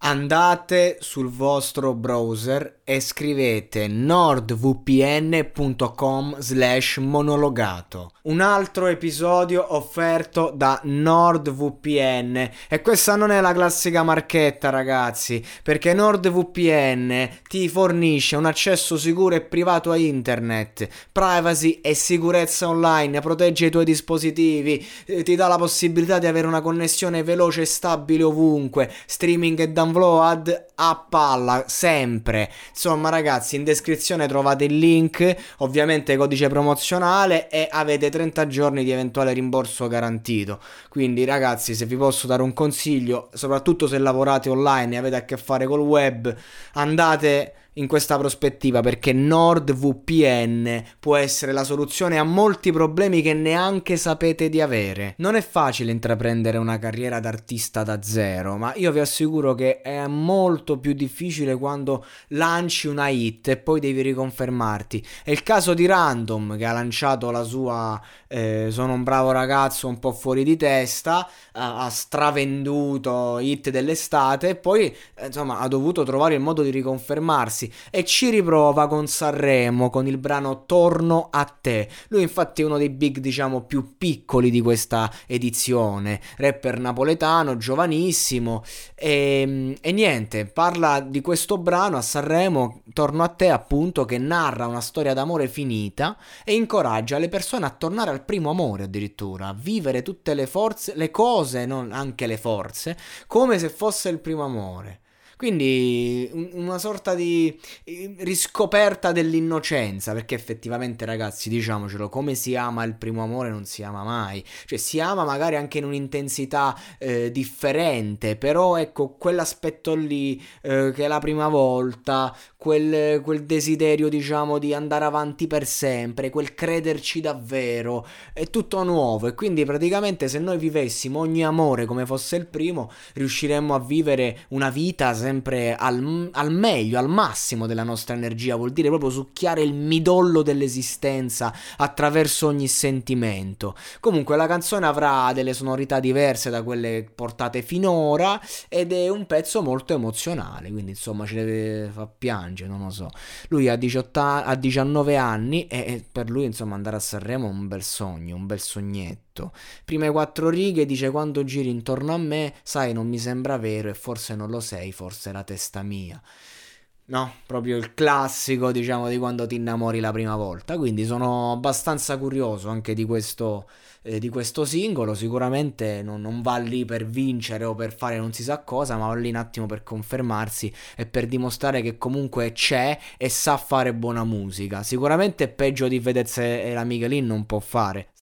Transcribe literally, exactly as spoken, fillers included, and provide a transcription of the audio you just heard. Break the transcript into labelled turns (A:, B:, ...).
A: Andate sul vostro browser e scrivete nordvpn punto com slash monologato. Un altro episodio offerto da NordVPN, e questa non è la classica marchetta, ragazzi, perché NordVPN ti fornisce un accesso sicuro e privato a internet, privacy e sicurezza online, protegge i tuoi dispositivi, eh, ti dà la possibilità di avere una connessione veloce e stabile ovunque, streaming e download a palla sempre. Insomma, ragazzi, in descrizione trovate il link, ovviamente codice promozionale, e avete trenta giorni di eventuale rimborso garantito. Quindi, ragazzi, se vi posso dare un consiglio, soprattutto se lavorate online e avete a che fare col web, andate in questa prospettiva, perché NordVPN può essere la soluzione a molti problemi che neanche sapete di avere. Non è facile intraprendere una carriera d'artista da zero, ma io vi assicuro che è molto più difficile quando lanci una hit e poi devi riconfermarti. È il caso di Random, che ha lanciato la sua eh, Sono un bravo ragazzo un po' fuori di testa, ha stravenduto hit dell'estate e poi eh, insomma ha dovuto trovare il modo di riconfermarsi e ci riprova con Sanremo con il brano Torno a te. Lui infatti è uno dei big, diciamo, più piccoli di questa edizione, rapper napoletano, giovanissimo, e, e niente, parla di questo brano a Sanremo, Torno a te, appunto, che narra una storia d'amore finita e incoraggia le persone a tornare al primo amore, addirittura a vivere tutte le forze, le cose, non anche le forze, come se fosse il primo amore. Quindi una sorta di riscoperta dell'innocenza, perché effettivamente, ragazzi, diciamocelo, come si ama il primo amore non si ama mai, cioè si ama magari anche in un'intensità eh, differente, però ecco quell'aspetto lì eh, che è la prima volta, quel, quel desiderio, diciamo, di andare avanti per sempre, quel crederci davvero, è tutto nuovo. E quindi praticamente se noi vivessimo ogni amore come fosse il primo, riusciremmo a vivere una vita sempre al, al meglio, al massimo della nostra energia. Vuol dire proprio succhiare il midollo dell'esistenza attraverso ogni sentimento. Comunque la canzone avrà delle sonorità diverse da quelle portate finora ed è un pezzo molto emozionale, quindi insomma ci deve far piangere, non lo so. Lui ha diciotto a- ha diciannove anni e per lui insomma andare a Sanremo è un bel sogno, un bel sognetto. Prime quattro righe dice: quando giri intorno a me, sai, non mi sembra vero e forse non lo sei, forse è la testa mia. No, proprio il classico, diciamo, di quando ti innamori la prima volta. Quindi sono abbastanza curioso anche di questo, eh, di questo singolo. Sicuramente non, non va lì per vincere o per fare non si sa cosa, ma va lì un attimo per confermarsi e per dimostrare che comunque c'è e sa fare buona musica. Sicuramente peggio di Fedez e la Michelin non può fare.